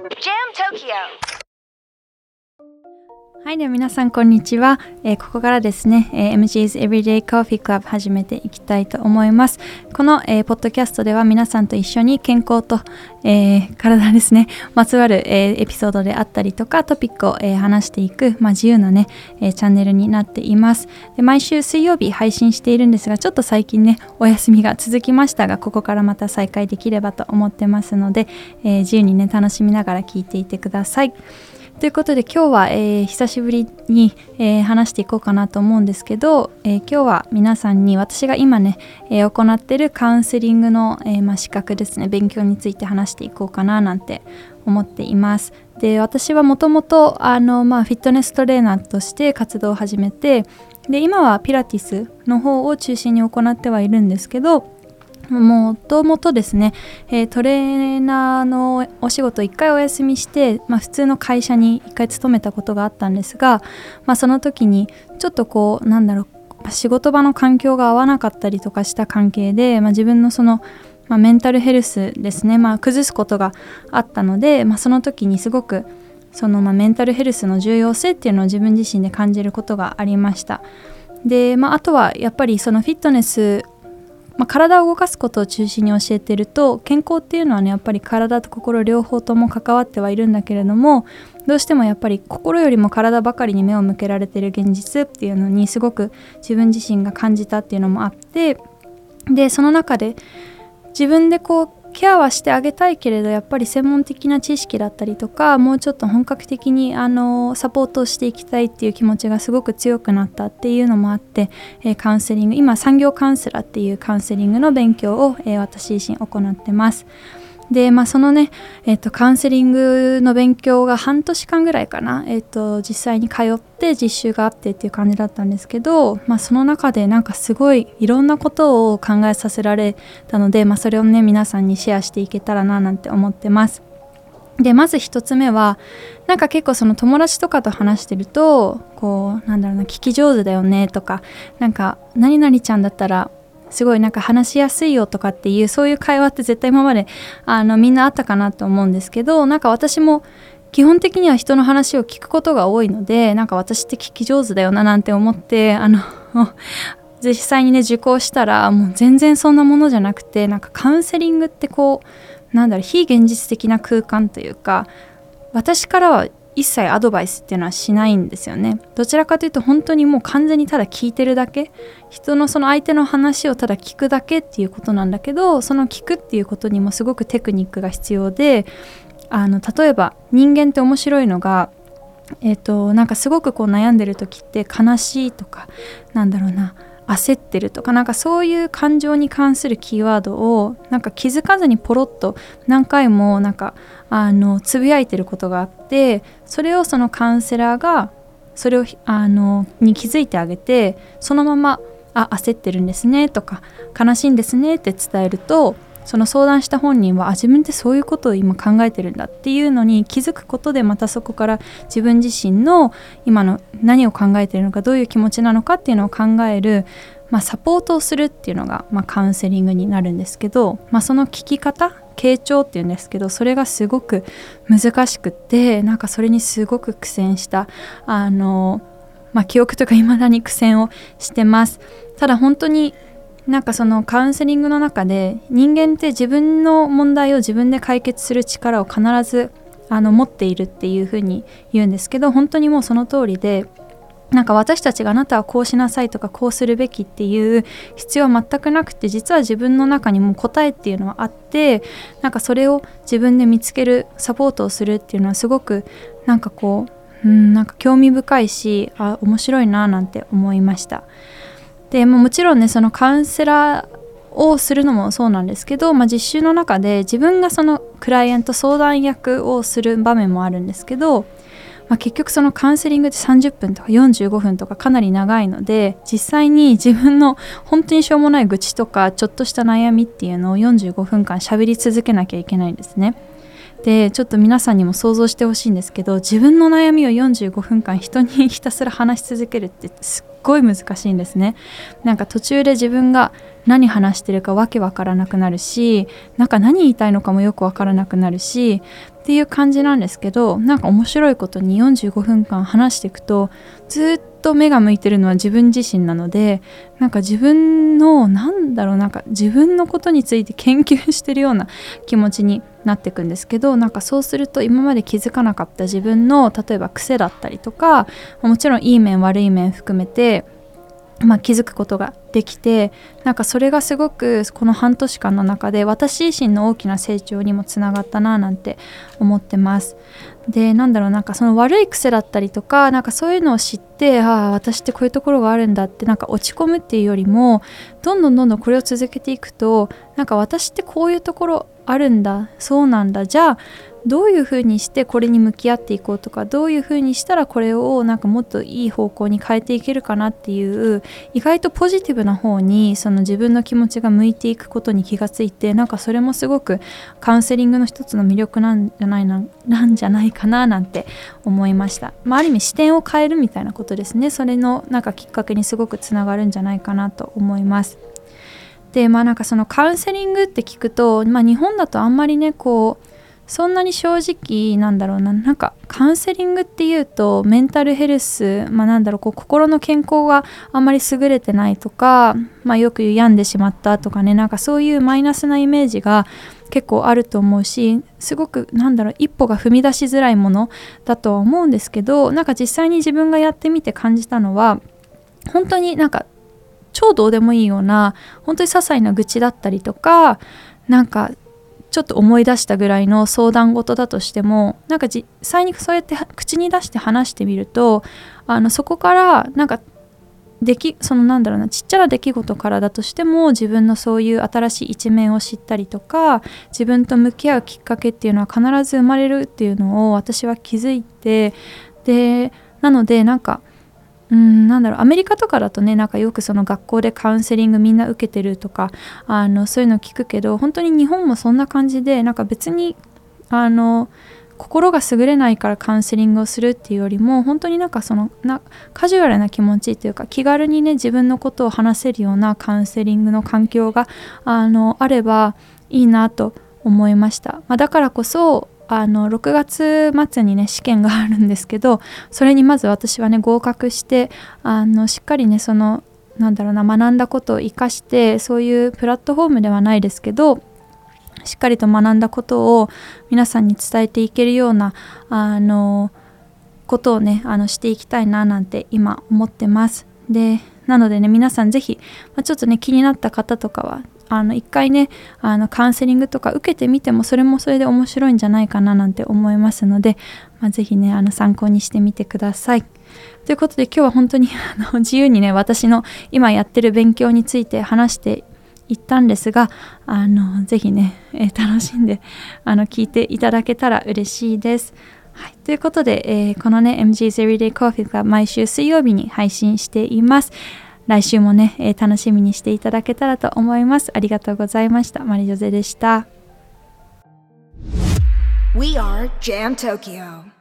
Jam Tokyo。 はい、では皆さんこんにちは。ここからですね、MG's Everyday Coffee Club 始めていきたいと思います。この、ポッドキャストでは皆さんと一緒に健康と、体ですね、まつわる、エピソードであったりとかトピックを、話していく、自由なね、チャンネルになっています。で、毎週水曜日配信しているんですが、ちょっと最近ね、お休みが続きましたが、ここからまた再開できればと思ってますので、自由にね、楽しみながら聞いていてください。ということで今日は、久しぶりに、話していこうかなと思うんですけど、今日は皆さんに私が今ね、行っているカウンセリングの、資格ですね、勉強について話していこうかななんて思っています。で、私はもともとフィットネストレーナーとして活動を始めて、で今はピラティスの方を中心に行ってはいるんですけど、もともとですね、トレーナーのお仕事を1回お休みして、普通の会社に1回勤めたことがあったんですが、その時にちょっと仕事場の環境が合わなかったりとかした関係で、自分のその、メンタルヘルスですね、崩すことがあったので、その時にすごくその、メンタルヘルスの重要性っていうのを自分自身で感じることがありました。で、あとはやっぱりそのフィットネス体を動かすことを中心に教えていると、健康っていうのはね、やっぱり体と心両方とも関わってはいるんだけれども、どうしてもやっぱり心よりも体ばかりに目を向けられている現実っていうのにすごく自分自身が感じたっていうのもあって、でその中で自分でケアはしてあげたいけれど、やっぱり専門的な知識だったりとか、もうちょっと本格的にサポートをしていきたいっていう気持ちがすごく強くなったっていうのもあって、カウンセリング、今産業カウンセラーっていうカウンセリングの勉強を、私自身行ってます。で、そのね、カウンセリングの勉強が半年間ぐらいかな、実際に通って実習があってっていう感じだったんですけど、その中でなんかすごいいろんなことを考えさせられたので、それをね、皆さんにシェアしていけたらななんて思ってます。で、まず一つ目は、なんか結構その友達とかと話してると、聞き上手だよねとか、なんか何々ちゃんだったらすごいなんか話しやすいよとかっていう、そういう会話って絶対今までみんなあったかなと思うんですけど、なんか私も基本的には人の話を聞くことが多いので、なんか私って聞き上手だよななんて思って実際にね受講したら、もう全然そんなものじゃなくて、なんかカウンセリングって非現実的な空間というか、私からは一切アドバイスっていうのはしないんですよね。どちらかというと本当にもう完全にただ聞いてるだけ、人のその相手の話をただ聞くだけっていうことなんだけど、その聞くっていうことにもすごくテクニックが必要で、例えば人間って面白いのが、なんかすごく悩んでる時って悲しいとか、焦ってるとか、なんかそういう感情に関するキーワードをなんか気づかずにポロッと何回もつぶやいてることがあって、それをそのカウンセラーがそれをに気づいてあげて、そのまま焦ってるんですねとか悲しいんですねって伝えると、その相談した本人は自分ってそういうことを今考えてるんだっていうのに気づくことで、またそこから自分自身の今の何を考えてるのか、どういう気持ちなのかっていうのを考える、サポートをするっていうのが、カウンセリングになるんですけど、その聞き方、傾聴っていうんですけど、それがすごく難しくって、なんかそれにすごく苦戦した記憶とか未だに苦戦をしてます。ただ本当になんかそのカウンセリングの中で、人間って自分の問題を自分で解決する力を必ず持っているっていうふうに言うんですけど、本当にもうその通りで、なんか私たちがあなたはこうしなさいとかこうするべきっていう必要は全くなくて、実は自分の中にも答えっていうのはあって、なんかそれを自分で見つけるサポートをするっていうのはすごくなんか興味深いし、面白いななんて思いました。でもちろんね、そのカウンセラーをするのもそうなんですけど、実習の中で自分がそのクライアント相談役をする場面もあるんですけど、結局そのカウンセリングって30分とか45分とかかなり長いので、実際に自分の本当にしょうもない愚痴とかちょっとした悩みっていうのを45分間喋り続けなきゃいけないんですね。 でちょっと皆さんにも想像してほしいんですけど、自分の悩みを45分間人にひたすら話し続けるってすっごい難しいんですね。なんか途中で自分が何話してるかわけわからなくなるし、なんか何言いたいのかもよくわからなくなるしっていう感じなんですけど、なんか面白いことに45分間話していくとずっと目が向いてるのは自分自身なので、なんか自分のなんか自分のことについて研究してるような気持ちになっていくんですけど、なんかそうすると今まで気づかなかった自分の例えば癖だったりとか、もちろんいい面悪い面含めて気づくことができて、なんかそれがすごくこの半年間の中で私自身の大きな成長にもつながったななんて思ってます。でなんかその悪い癖だったりとか、なんかそういうのを知って、私ってこういうところがあるんだってなんか落ち込むっていうよりも、どんどんこれを続けていくと、なんか私ってこういうところあるんだ、そうなんだ、じゃあどういうふうにしてこれに向き合っていこうとか、どういうふうにしたらこれをなんかもっといい方向に変えていけるかなっていう、意外とポジティブな方にその自分の気持ちが向いていくことに気がついて、なんかそれもすごくカウンセリングの一つの魅力なんじゃないかななんて思いました。ある意味視点を変えるみたいなことですね。それのなんかきっかけにすごくつながるんじゃないかなと思います。でなんかそのカウンセリングって聞くと、日本だとあんまりねそんなに正直なんかカウンセリングっていうとメンタルヘルス、心の健康があんまり優れてないとか、よく病んでしまったとかね、なんかそういうマイナスなイメージが結構あると思うし、すごく一歩が踏み出しづらいものだとは思うんですけど、なんか実際に自分がやってみて感じたのは、本当になんか超どうでもいいような本当に些細な愚痴だったりとか、なんかちょっと思い出したぐらいの相談事だとしても、なんか実際にそうやって口に出して話してみると、そこからなんかちっちゃな出来事からだとしても自分のそういう新しい一面を知ったりとか、自分と向き合うきっかけっていうのは必ず生まれるっていうのを私は気づいて、でなのでアメリカとかだとね、なんかよくその学校でカウンセリングみんな受けてるとかそういうの聞くけど、本当に日本もそんな感じで、なんか別に心が優れないからカウンセリングをするっていうよりも、本当になんかカジュアルな気持ちというか、気軽にね自分のことを話せるようなカウンセリングの環境があればいいなと思いました。だからこそ6月末にね試験があるんですけど、それにまず私はね合格して、しっかりね学んだことを生かして、そういうプラットフォームではないですけど、しっかりと学んだことを皆さんに伝えていけるようなことをねしていきたいななんて今思ってます。でなのでね、皆さんぜひ、ちょっとね気になった方とかは一回ねカウンセリングとか受けてみても、それもそれで面白いんじゃないかななんて思いますので、ぜひね参考にしてみてください。ということで今日は本当に自由にね私の今やってる勉強について話していったんですが、ぜひね、楽しんで聞いていただけたら嬉しいです。はい、ということで、このね MG's Everyday Coffee が毎週水曜日に配信しています。来週もね、楽しみにしていただけたらと思います。ありがとうございました。マリジョゼでした。We are Jam Tokyo